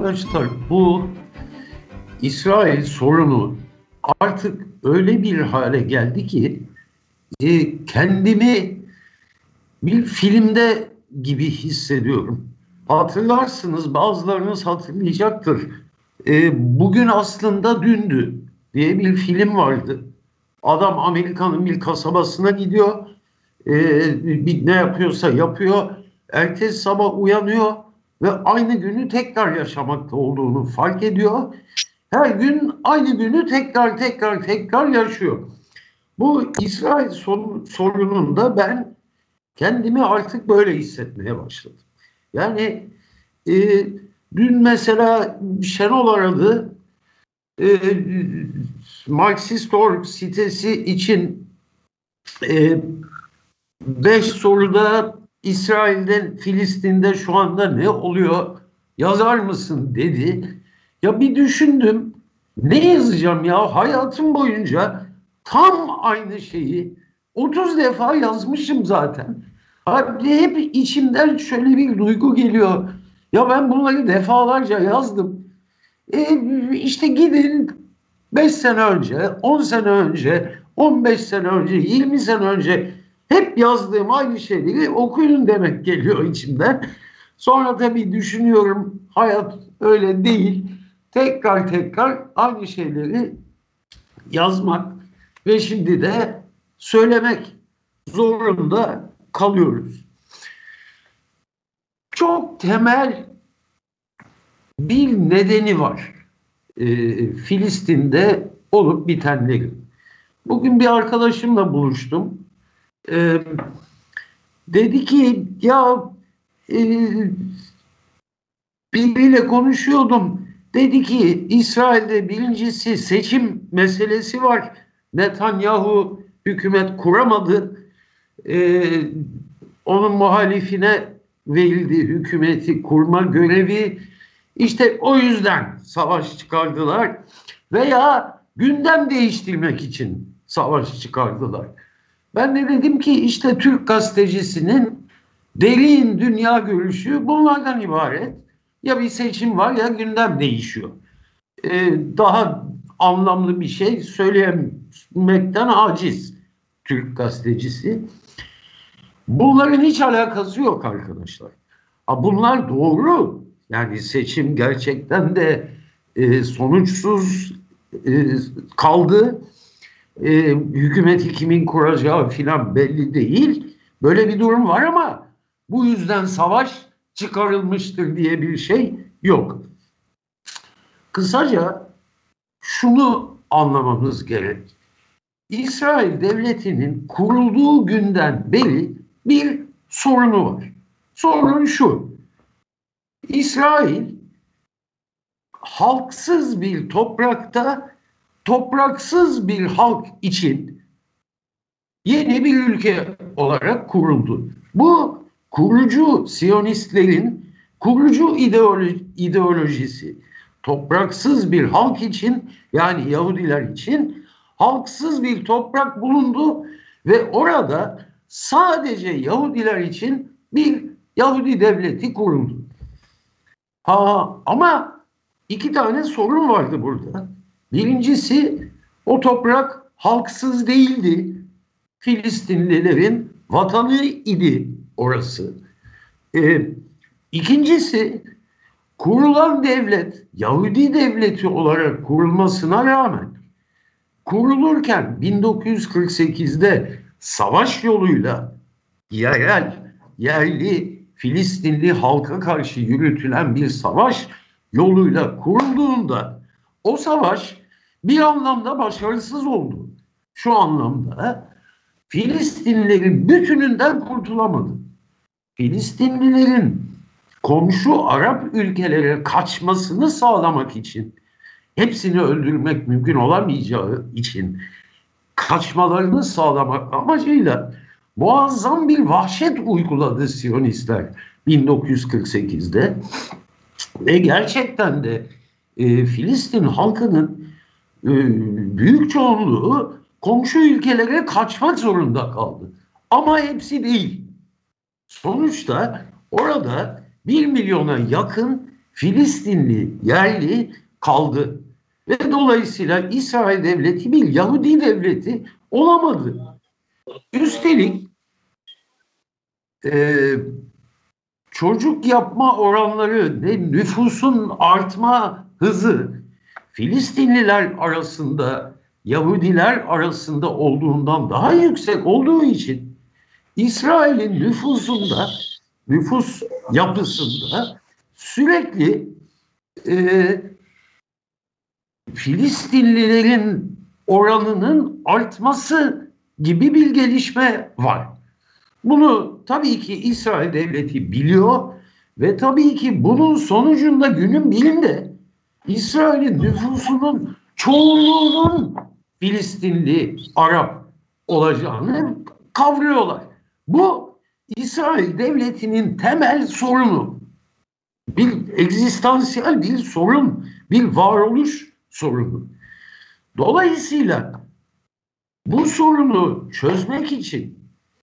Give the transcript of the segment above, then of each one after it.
Arkadaşlar, bu İsrail sorunu artık öyle bir hale geldi ki kendimi bir filmde gibi hissediyorum. Hatırlarsınız, bazılarınız hatırlayacaktır. Bugün aslında dündü diye bir film vardı. Adam Amerika'nın bir kasabasına gidiyor. Ne yapıyorsa yapıyor. Ertesi sabah uyanıyor ve aynı günü tekrar yaşamakta olduğunu fark ediyor. Her gün aynı günü tekrar yaşıyor. Bu İsrail sorununda ben kendimi artık böyle hissetmeye başladım. Yani e, dün mesela Şenol aradı. E, Marxist.org sitesi için 5 soruda İsrail'de, Filistin'de şu anda ne oluyor yazar mısın dedi. Ya bir düşündüm, ne yazacağım ya, hayatım boyunca tam aynı şeyi 30 defa yazmışım zaten. Abi hep içimden şöyle bir duygu geliyor. Ya ben bunları defalarca yazdım. İşte gidin 5 sene önce, 10 sene önce, 15 sene önce, 20 sene önce hep yazdığım aynı şeyleri okuyun demek geliyor içimden. Sonra tabii düşünüyorum, hayat öyle değil. Tekrar aynı şeyleri yazmak ve şimdi de söylemek zorunda kalıyoruz. Çok temel bir nedeni var Filistin'de olup bitenlerin. Bugün bir arkadaşımla buluştum. Dedi ki ya biriyle konuşuyordum. Dedi ki İsrail'de birincisi seçim meselesi var. Netanyahu hükümet kuramadı. Onun muhalifine verildi hükümeti kurma görevi. İşte o yüzden savaş çıkardılar veya gündem değiştirmek için savaş çıkardılar. Ben de dedim ki işte Türk gazetecisinin derin dünya görüşü bunlardan ibaret. Ya bir seçim var ya gündem değişiyor. Daha anlamlı bir şey söyleyemekten aciz Türk gazetecisi. Bunların hiç alakası yok arkadaşlar. Bunlar doğru. Yani seçim gerçekten de sonuçsuz kaldı. Hükümeti kimin kuracağı filan belli değil. Böyle bir durum var ama bu yüzden savaş çıkarılmıştır diye bir şey yok. Kısaca şunu anlamamız gerek. İsrail devletinin kurulduğu günden beri bir sorunu var. Sorun şu: İsrail halksız bir toprakta topraksız bir halk için yeni bir ülke olarak kuruldu. Bu kurucu Siyonistlerin kurucu ideolojisi. Topraksız bir halk için, yani Yahudiler için halksız bir toprak bulundu ve orada sadece Yahudiler için bir Yahudi devleti kuruldu. Ama iki tane sorun vardı burada. Birincisi, o toprak halksız değildi. Filistinlilerin vatanı idi orası. İkincisi, kurulan devlet Yahudi devleti olarak kurulmasına rağmen kurulurken 1948'de savaş yoluyla yerli Filistinli halka karşı yürütülen bir savaş yoluyla kurulduğunda o savaş bir anlamda başarısız oldu. Şu anlamda Filistinlilerin bütününden kurtulamadı. Filistinlilerin komşu Arap ülkelere kaçmasını sağlamak için, hepsini öldürmek mümkün olamayacağı için kaçmalarını sağlamak amacıyla muazzam bir vahşet uyguladı Siyonistler 1948'de ve gerçekten de Filistin halkının büyük çoğunluğu komşu ülkelere kaçmak zorunda kaldı. Ama hepsi değil. Sonuçta orada 1 milyona yakın Filistinli yerli kaldı. Ve dolayısıyla İsrail devleti bir Yahudi devleti olamadı. Üstelik çocuk yapma oranları ve nüfusun artma hızı Filistinliler arasında, Yahudiler arasında olduğundan daha yüksek olduğu için İsrail'in nüfus yapısında sürekli Filistinlilerin oranının artması gibi bir gelişme var. Bunu tabii ki İsrail devleti biliyor ve tabii ki bunun sonucunda günün birinde İsrail'in nüfusunun çoğunluğunun Filistinli, Arap olacağını kavruyorlar. Bu İsrail devletinin temel sorunu. Bir egzistansiyel bir sorun, bir varoluş sorunu. Dolayısıyla bu sorunu çözmek için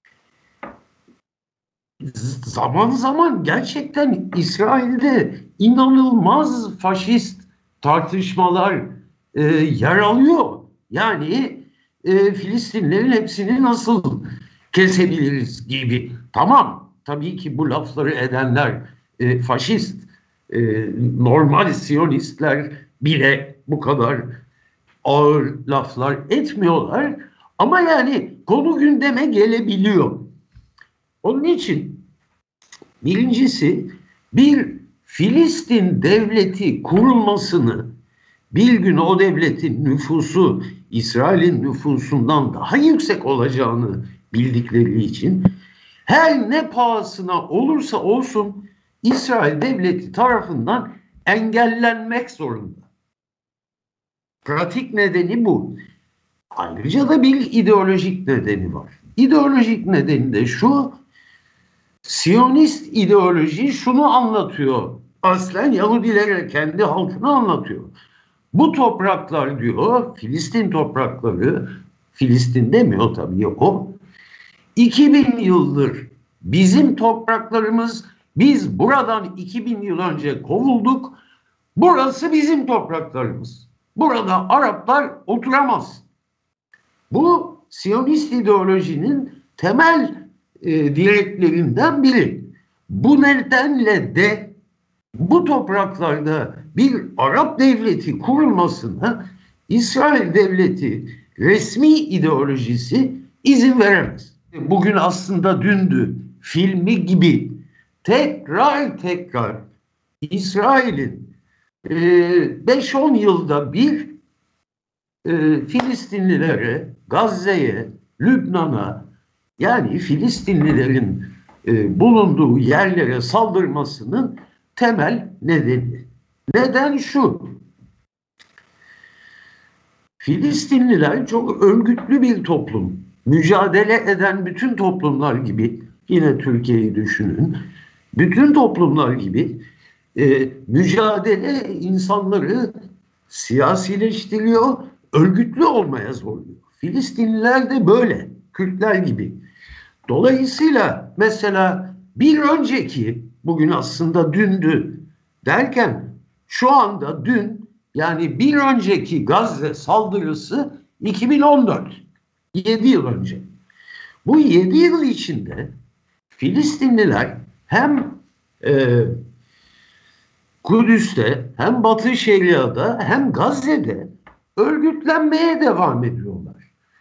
zaman zaman gerçekten İsrail'de inanılmaz faşist tartışmalar yer alıyor. Yani Filistinlerin hepsini nasıl kesebiliriz gibi. Tamam, tabii ki bu lafları edenler faşist, normal Siyonistler bile bu kadar ağır laflar etmiyorlar. Ama yani konu gündeme gelebiliyor. Onun için birincisi bir Filistin devleti kurulmasını, bir gün o devletin nüfusu İsrail'in nüfusundan daha yüksek olacağını bildikleri için her ne pahasına olursa olsun İsrail devleti tarafından engellenmek zorunda. Pratik nedeni bu. Ayrıca da bir ideolojik nedeni var. İdeolojik nedeni de şu: Siyonist ideoloji şunu anlatıyor. Aslen Yahudilere, kendi halkını anlatıyor. Bu topraklar diyor, Filistin toprakları, Filistin demiyor tabii o, 2000 yıldır bizim topraklarımız, biz buradan 2000 yıl önce kovulduk, burası bizim topraklarımız. Burada Araplar oturamaz. Bu Siyonist ideolojinin temel direklerinden biri. Bu nedenle de bu topraklarda bir Arap devleti kurulmasına İsrail devleti resmi ideolojisi izin veremez. Bugün aslında dündü filmi gibi tekrar İsrail'in 5-10 yılda bir Filistinlilere, Gazze'ye, Lübnan'a, yani Filistinlilerin bulunduğu yerlere saldırmasının temel nedeni. Neden şu: Filistinliler çok örgütlü bir toplum. Mücadele eden bütün toplumlar gibi, yine Türkiye'yi düşünün, bütün toplumlar gibi mücadele insanları siyasileştiriyor, örgütlü olmaya zorluyor. Filistinliler de böyle, Kürtler gibi. Dolayısıyla mesela bir önceki, bugün aslında dündü derken, şu anda dün, yani bir önceki Gazze saldırısı 2014, 7 yıl önce. Bu 7 yıl içinde Filistinliler hem Kudüs'te, hem Batı Şeria'da, hem Gazze'de örgütlenmeye devam ediyorlar.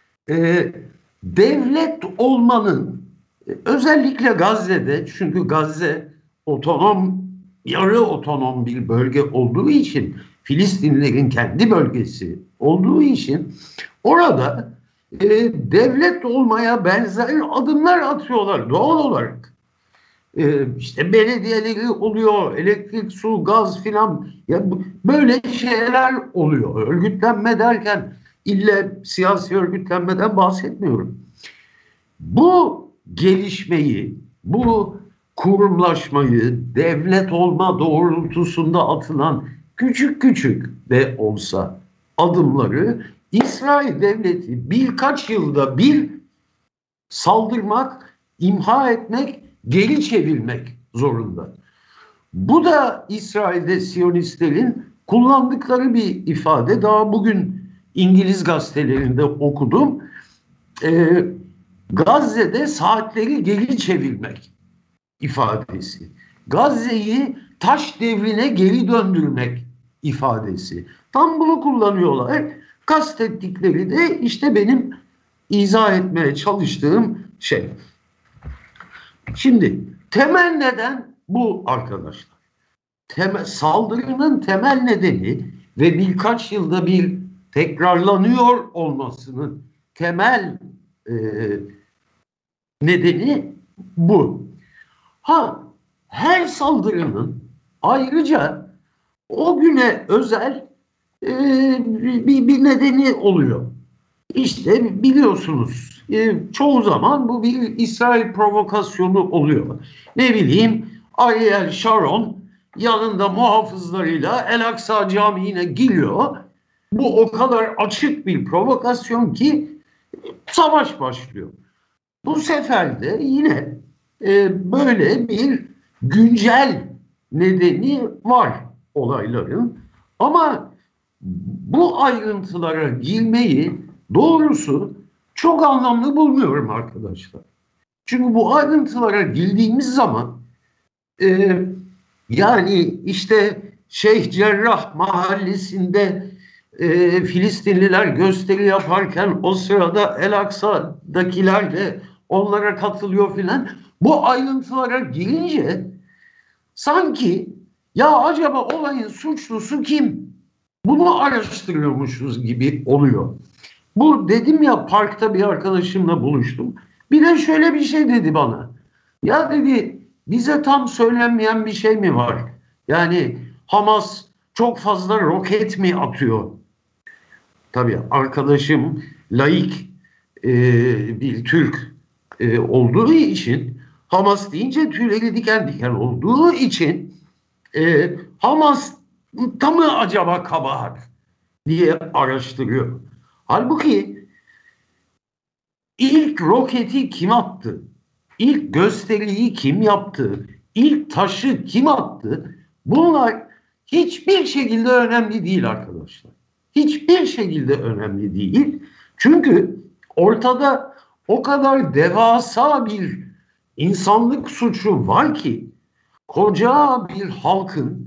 Devlet olmanın, özellikle Gazze'de, çünkü Gazze otonom, yarı otonom bir bölge olduğu için, Filistinlilerin kendi bölgesi olduğu için orada devlet olmaya benzer adımlar atıyorlar doğal olarak. İşte belediyeleri oluyor, elektrik, su, gaz filan, ya böyle şeyler oluyor. Örgütlenme derken illa siyasi örgütlenmeden bahsetmiyorum. Bu gelişmeyi, bu kurumlaşmayı, devlet olma doğrultusunda atılan küçük küçük de olsa adımları İsrail devleti birkaç yılda bir saldırmak, imha etmek, geri çevirmek zorunda. Bu da İsrail'de Siyonistlerin kullandıkları bir ifade. Daha bugün İngiliz gazetelerinde okudum. Gazze'de saatleri geri çevirmek ifadesi. Gazze'yi taş devrine geri döndürmek ifadesi. Tam bunu kullanıyorlar. Kastettikleri de işte benim izah etmeye çalıştığım şey. Şimdi temel neden bu arkadaşlar. Saldırının temel nedeni ve birkaç yılda bir tekrarlanıyor olmasının temel nedeni bu. Her saldırının ayrıca o güne özel bir nedeni oluyor. İşte biliyorsunuz çoğu zaman bu bir İsrail provokasyonu oluyor. Ne bileyim Ariel Sharon yanında muhafızlarıyla El-Aksa Camii'ne giriyor. Bu o kadar açık bir provokasyon ki savaş başlıyor. Bu sefer de yine böyle bir güncel nedeni var olayların. Ama bu ayrıntılara girmeyi doğrusu çok anlamlı bulmuyorum arkadaşlar. Çünkü bu ayrıntılara girdiğimiz zaman yani işte Şeyh Cerrah mahallesinde Filistinliler gösteri yaparken o sırada El-Aksa'dakiler de onlara katılıyor filan. Bu ayrıntılara girince sanki ya acaba olayın suçlusu kim? Bunu araştırıyormuşuz gibi oluyor. Bu dedim ya parkta bir arkadaşımla buluştum. Bir de şöyle bir şey dedi bana. Ya dedi bize tam söylenmeyen bir şey mi var? Yani Hamas çok fazla roket mi atıyor? Tabii arkadaşım laik bir Türk olduğu için Hamas deyince tüyleri diken diken olduğu için Hamas tam mı acaba kabahat diye araştırıyor. Halbuki ilk roketi kim attı? İlk gösteriyi kim yaptı? İlk taşı kim attı? Bunlar hiçbir şekilde önemli değil arkadaşlar. Hiçbir şekilde önemli değil. Çünkü ortada o kadar devasa bir insanlık suçu var ki koca bir halkın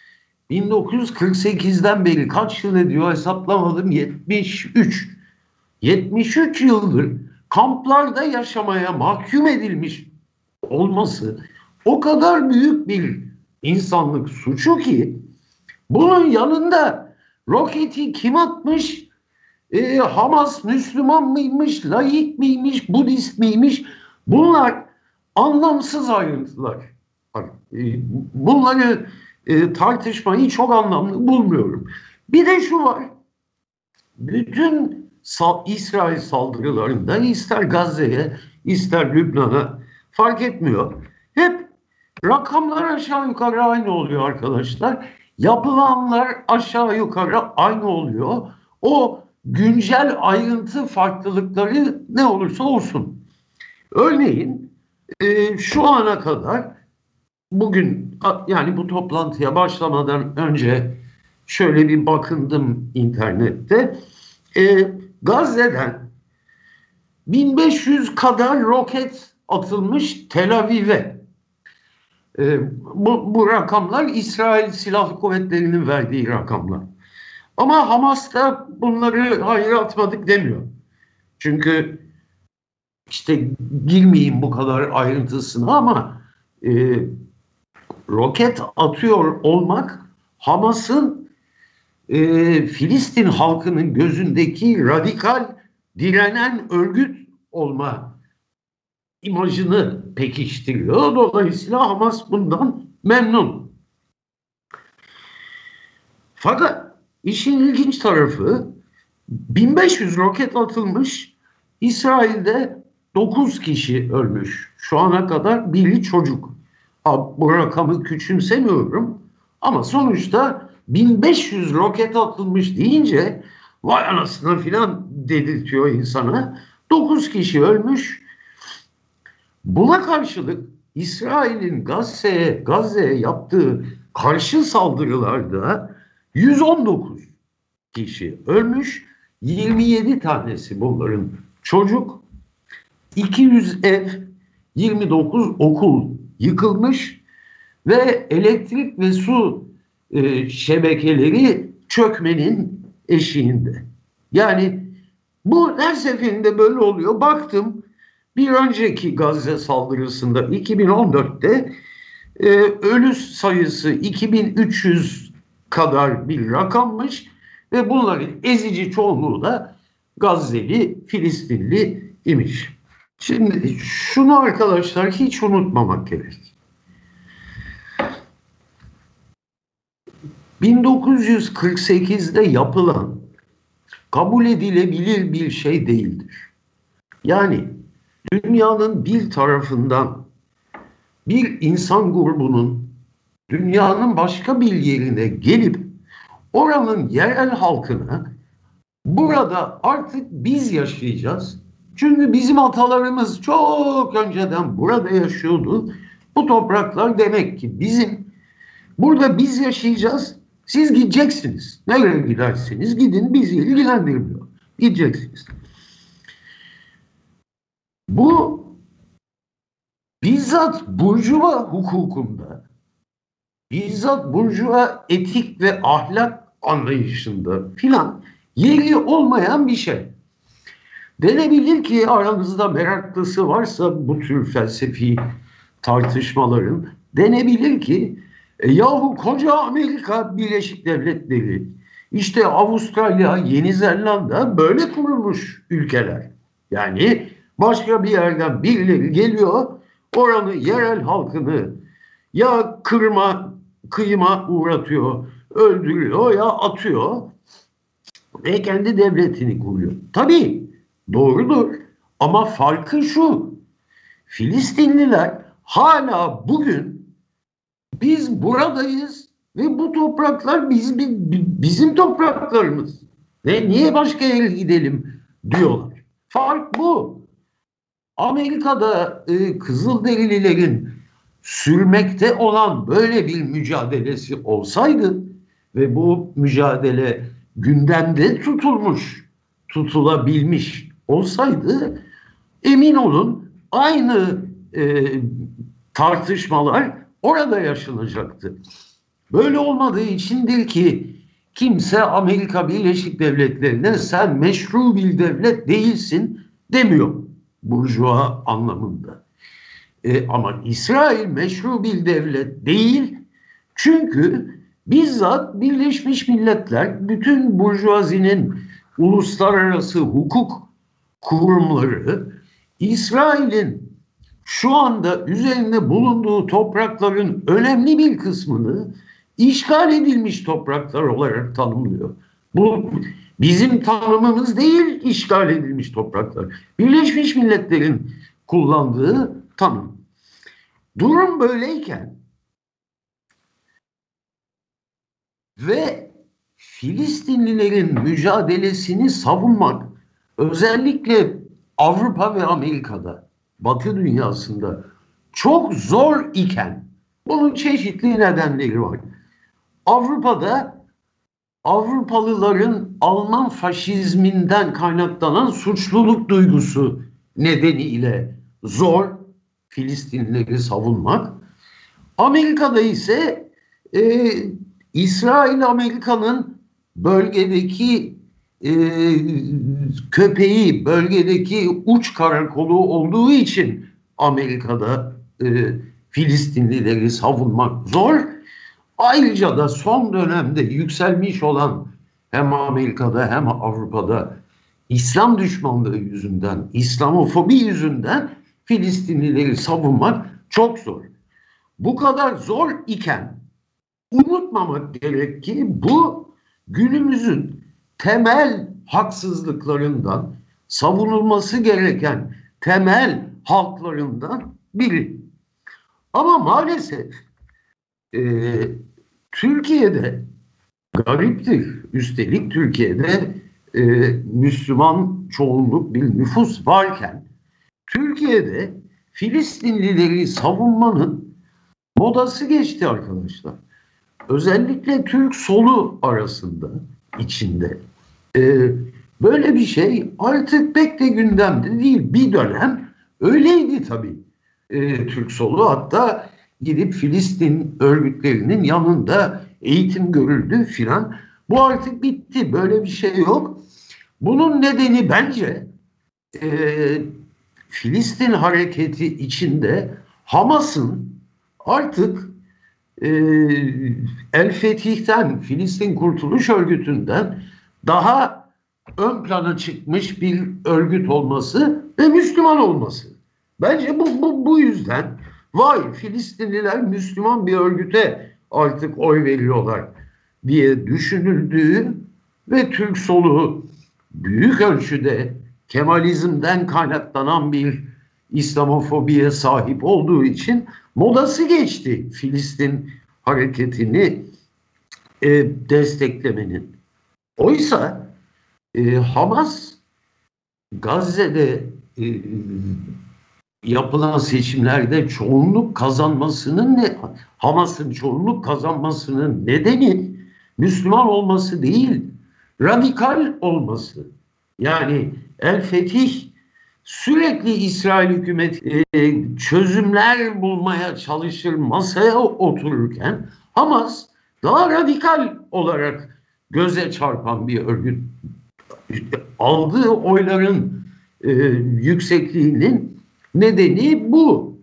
1948'den beri kaç yıl ediyor hesaplamadım 73. 73 yıldır kamplarda yaşamaya mahkum edilmiş olması o kadar büyük bir insanlık suçu ki bunun yanında roketi kim atmış? Hamas Müslüman mıymış, laik miymiş, Budist miymiş? Bunlar anlamsız ayrıntılar. Bunları tartışmayı çok anlamlı bulmuyorum. Bir de şu var. Bütün İsrail saldırılarında ister Gazze'ye ister Lübnan'a fark etmiyor. Hep rakamlar aşağı yukarı aynı oluyor arkadaşlar. Yapılanlar aşağı yukarı aynı oluyor. O güncel ayrıntı farklılıkları ne olursa olsun. Örneğin şu ana kadar bugün yani bu toplantıya başlamadan önce şöyle bir bakındım internette. Gazze'den 1500 kadar roket atılmış Tel Aviv'e. Bu rakamlar İsrail Silahlı Kuvvetleri'nin verdiği rakamlar. Ama Hamas da bunları hayır atmadık demiyor. Çünkü işte girmeyeyim bu kadar ayrıntısına ama roket atıyor olmak Hamas'ın Filistin halkının gözündeki radikal direnen örgüt olma imajını pekiştiriyor. Dolayısıyla Hamas bundan memnun. Fakat işin ilginç tarafı 1500 roket atılmış, İsrail'de 9 kişi ölmüş. Şu ana kadar biri çocuk. Bu rakamı küçümsemiyorum ama sonuçta 1500 roket atılmış deyince vay anasına filan dedirtiyor insana. 9 kişi ölmüş. Buna karşılık İsrail'in Gazze'ye yaptığı karşı saldırılarda 119 kişi ölmüş, 27 tanesi bunların çocuk, 200 ev, 29 okul yıkılmış ve elektrik ve su şebekeleri çökmenin eşiğinde. Yani bu her seferinde böyle oluyor. Baktım bir önceki Gazze saldırısında 2014'te ölü sayısı 2300 kadar bir rakammış ve bunların ezici çoğunluğu da Gazze'li, Filistinli imiş. Şimdi şunu arkadaşlar hiç unutmamak gerek. 1948'de yapılan kabul edilebilir bir şey değildir. Yani dünyanın bir tarafından bir insan grubunun dünyanın başka bir yerine gelip oranın yerel halkına burada artık biz yaşayacağız. Çünkü bizim atalarımız çok önceden burada yaşıyordu. Bu topraklar demek ki bizim. Burada biz yaşayacağız. Siz gideceksiniz. Nereye giderseniz gidin, bizi ilgilendirmiyor. Gideceksiniz. Bu bizzat Burjuva hukukunda, bizzat Burjuva etik ve ahlak anlayışında filan yeri olmayan bir şey. Denebilir ki aranızda meraklısı varsa bu tür felsefi tartışmaların, denebilir ki yahu koca Amerika Birleşik Devletleri, işte Avustralya, Yeni Zelanda böyle kurulmuş ülkeler. Yani başka bir yerden birileri geliyor, oranın yerel halkını ya kıyıma uğratıyor, öldürüyor ya atıyor ve kendi devletini kuruyor. Tabii doğrudur ama farkı şu: Filistinliler hala bugün biz buradayız ve bu topraklar bizim topraklarımız ve niye başka yere gidelim diyorlar. Fark bu. Amerika'da Kızılderililerin sürmekte olan böyle bir mücadelesi olsaydı ve bu mücadele gündemde tutulabilmiş olsaydı, emin olun aynı tartışmalar orada yaşanacaktı. Böyle olmadığı içindir ki kimse Amerika Birleşik Devletleri'ne sen meşru bir devlet değilsin demiyor burjuva anlamında. Ama İsrail meşru bir devlet değil, çünkü bizzat Birleşmiş Milletler bütün burjuvazinin uluslararası hukuk kurumları İsrail'in şu anda üzerinde bulunduğu toprakların önemli bir kısmını işgal edilmiş topraklar olarak tanımlıyor. Bu bizim tanımımız değil, işgal edilmiş topraklar. Birleşmiş Milletler'in kullandığı tanım. Durum böyleyken ve Filistinlilerin mücadelesini savunmak özellikle Avrupa ve Amerika'da, Batı dünyasında çok zor iken, bunun çeşitli nedenleri var. Avrupa'da Avrupalıların Alman faşizminden kaynaklanan suçluluk duygusu nedeniyle zor Filistinlileri savunmak. Amerika'da ise İsrail Amerika'nın bölgedeki köpeği, bölgedeki uç karakolu olduğu için Amerika'da Filistinlileri savunmak zor. Ayrıca da son dönemde yükselmiş olan hem Amerika'da hem Avrupa'da İslam düşmanlığı yüzünden, İslamofobi yüzünden Filistinlileri savunmak çok zor. Bu kadar zor iken unutmamak gerek ki bu günümüzün temel haksızlıklarından, savunulması gereken temel haklarından biri. Ama maalesef Türkiye'de gariptir. Üstelik Türkiye'de Müslüman çoğunluk bir nüfus varken Türkiye'de Filistinlileri savunmanın modası geçti arkadaşlar. Özellikle Türk solu arasında, içinde. Böyle bir şey artık pek de gündemde değil. Bir dönem öyleydi tabii. Türk solu hatta gidip Filistin örgütlerinin yanında eğitim görüldü filan. Bu artık bitti. Böyle bir şey yok. Bunun nedeni bence Filistin hareketi içinde Hamas'ın artık El Fetih'ten, Filistin Kurtuluş Örgütü'nden daha ön plana çıkmış bir örgüt olması ve Müslüman olması. Bence bu yüzden vay Filistinliler Müslüman bir örgüte artık oy veriyorlar diye düşünüldüğü ve Türk solu büyük ölçüde Kemalizmden kaynaklanan bir İslamofobiye sahip olduğu için modası geçti Filistin hareketini desteklemenin. Oysa Hamas Gazze'de yapılan seçimlerde çoğunluk kazanmasının Hamas'ın çoğunluk kazanmasının nedeni Müslüman olması değil, radikal olması. Yani El Fetih sürekli İsrail hükümeti çözümler bulmaya çalışır, masaya otururken Hamas daha radikal olarak göze çarpan bir örgüt. Aldığı oyların yüksekliğinin nedeni bu.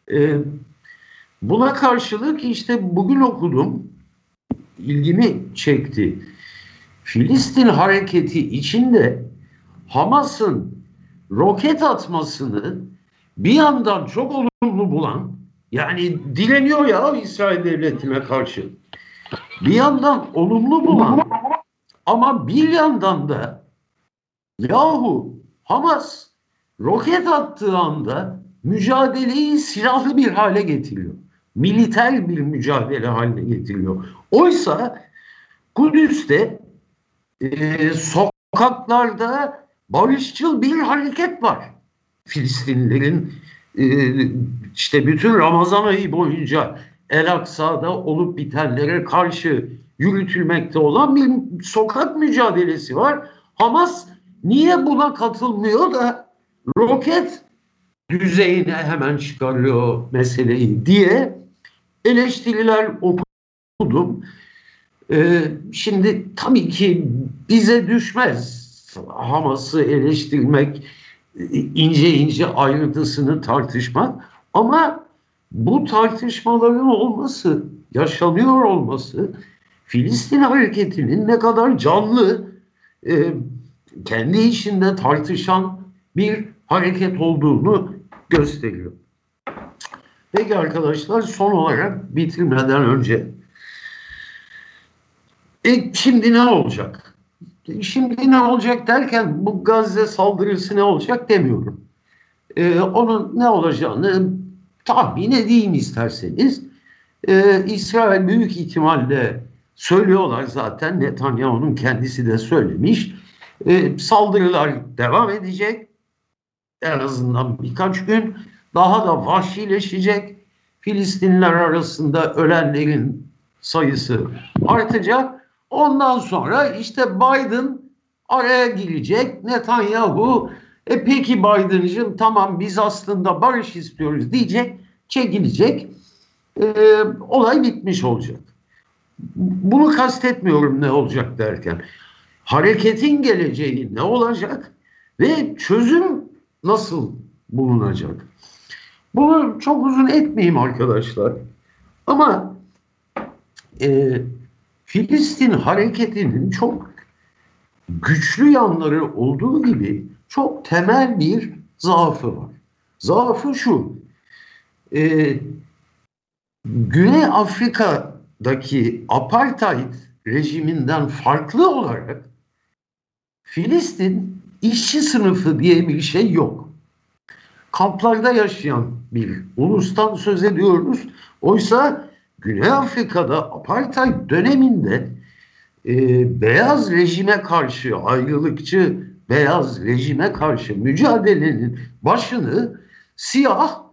Buna karşılık işte bugün okudum, ilgimi çekti. Filistin hareketi içinde Hamas'ın roket atmasını bir yandan çok olumlu bulan, yani dileniyor ya İsrail devletine karşı, bir yandan olumlu bulan ama bir yandan da yahu Hamas roket attığı anda mücadeleyi silahlı bir hale getiriyor. Militer bir mücadele haline getiriyor. Oysa Kudüs'te sokaklarda barışçıl bir hareket var. Filistinlilerin işte bütün Ramazan ayı boyunca El Aksa'da olup bitenlere karşı yürütülmekte olan bir sokak mücadelesi var. Hamas niye buna katılmıyor da roket düzeyine hemen çıkarıyor meseleyi diye eleştiriler okudum. Şimdi tabii ki bize düşmez Hamas'ı eleştirmek, ince ince ayrıntısını tartışmak, ama bu tartışmaların olması, yaşanıyor olması Filistin hareketinin ne kadar canlı, kendi içinde tartışan bir hareket olduğunu gösteriyor. Peki arkadaşlar, son olarak bitirmeden önce şimdi ne olacak? Şimdi ne olacak derken bu Gazze saldırısı ne olacak demiyorum. Onun ne olacağını tahmin edeyim isterseniz. İsrail büyük ihtimalle söylüyorlar zaten, Netanyahu'nun kendisi de söylemiş. Saldırılar devam edecek. En azından birkaç gün daha da vahşileşecek. Filistinliler arasında ölenlerin sayısı artacak. Ondan sonra işte Biden araya girecek. Netanyahu peki Biden'cığım tamam biz aslında barış istiyoruz diyecek. Çekilecek. Olay bitmiş olacak. Bunu kastetmiyorum ne olacak derken. Hareketin geleceği ne olacak ve çözüm nasıl bulunacak? Bunu çok uzun etmeyeyim arkadaşlar. Ama Filistin hareketinin çok güçlü yanları olduğu gibi çok temel bir zaafı var. Zaafı şu: Güney Afrika'daki apartheid rejiminden farklı olarak Filistin işçi sınıfı diye bir şey yok. Kamplarda yaşayan bir ulustan söz ediyoruz. Oysa Güney Afrika'da apartheid döneminde beyaz rejime karşı, ayrılıkçı beyaz rejime karşı mücadelenin başını siyah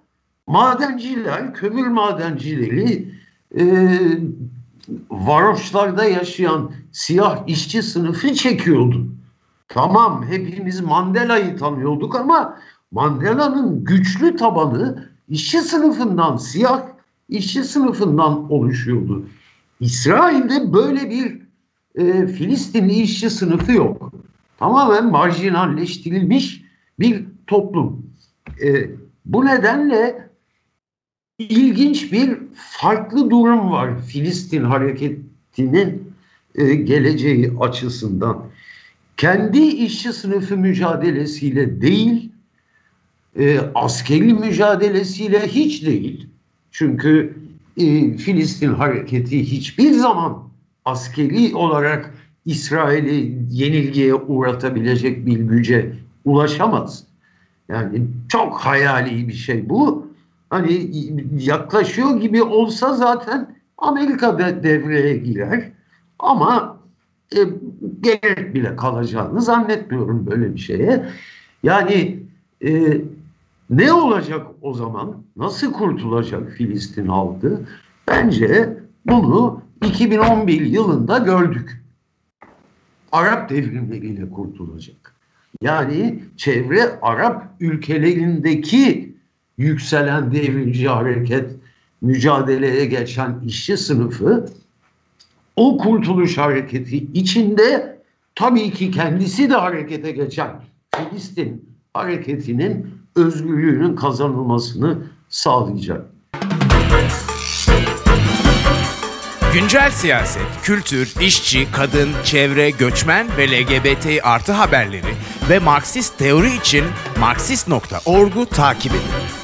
madenciler, kömür madencileri, e, varoşlarda yaşayan siyah işçi sınıfı çekiyordu. Tamam, hepimiz Mandela'yı tanıyorduk ama Mandela'nın güçlü tabanı işçi sınıfından, siyah işçi sınıfından oluşuyordu. İsrail'de böyle bir Filistinli işçi sınıfı yok. Tamamen marjinalleştirilmiş bir toplum. Bu nedenle ilginç bir farklı durum var Filistin hareketinin geleceği açısından. Kendi işçi sınıfı mücadelesiyle değil, askeri mücadelesiyle hiç değil. Çünkü Filistin hareketi hiçbir zaman askeri olarak İsrail'i yenilgiye uğratabilecek bir güce ulaşamaz. Yani çok hayali bir şey bu. Hani yaklaşıyor gibi olsa zaten Amerika devreye girer. Ama gerek bile kalacağını zannetmiyorum böyle bir şeye. Yani ne olacak o zaman? Nasıl kurtulacak Filistin halkı? Bence bunu 2011 yılında gördük. Arap devrimleriyle kurtulacak. Yani çevre Arap ülkelerindeki yükselen devrimci hareket, mücadeleye geçen işçi sınıfı o kurtuluş hareketi içinde tabii ki kendisi de harekete geçen Filistin hareketinin özgürlüğünün kazanılmasını sağlayacak. Güncel siyaset, kültür, işçi, kadın, çevre, göçmen ve LGBT artı haberleri ve Marksist teori için Marksist.org'u takip edin.